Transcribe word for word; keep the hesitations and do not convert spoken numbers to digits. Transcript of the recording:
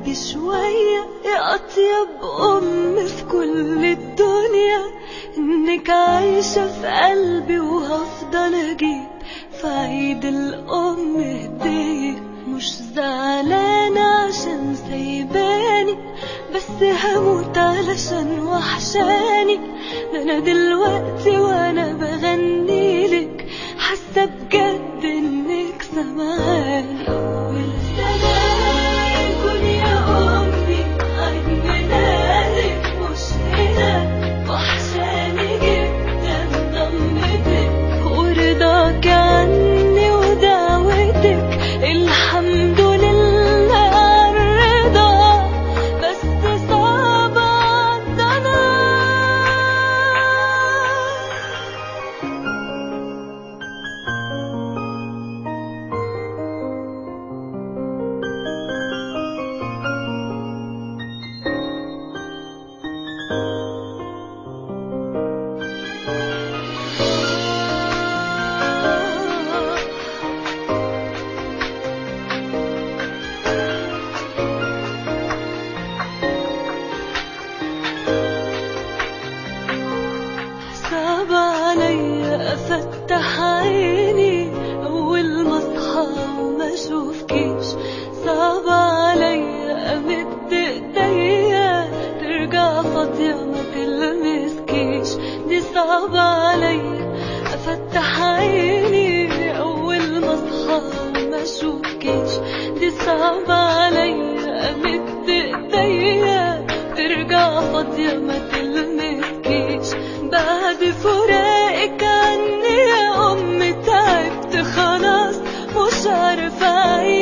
قلبي شوية يا أطيب أم في كل الدنيا، إنك عايشة في قلبي وهفضل أجيب في عيد الأم هدية. مش زعلانة عشان سايباني، بس هموت علشان وحشاني. ده أنا دلوقتي وأنا بغنيلك حاسة بجد إنك سامعاني. أول سلام يكون يا أمي عيد ميلادك مش هنا، وحشاني جدا ضمتك ورضاك عني ودعوتك. الحمد لله عالرضا بس صعب عالضنا. صعب عليا افتح عيني اول ما اصحى وما اشوفكيش. صعب عليا امد ايديا ترجع فاضيه ما تلمسكيش. دي صعب عليا افتح عيني اول ما اصحى وما اشوفكيش. دي صعب عليا امد ايديا ترجع فاضيه ما تلمسكيش. بعد فراقك عني يا أم تعبت خلاص مش عارفة أعيش.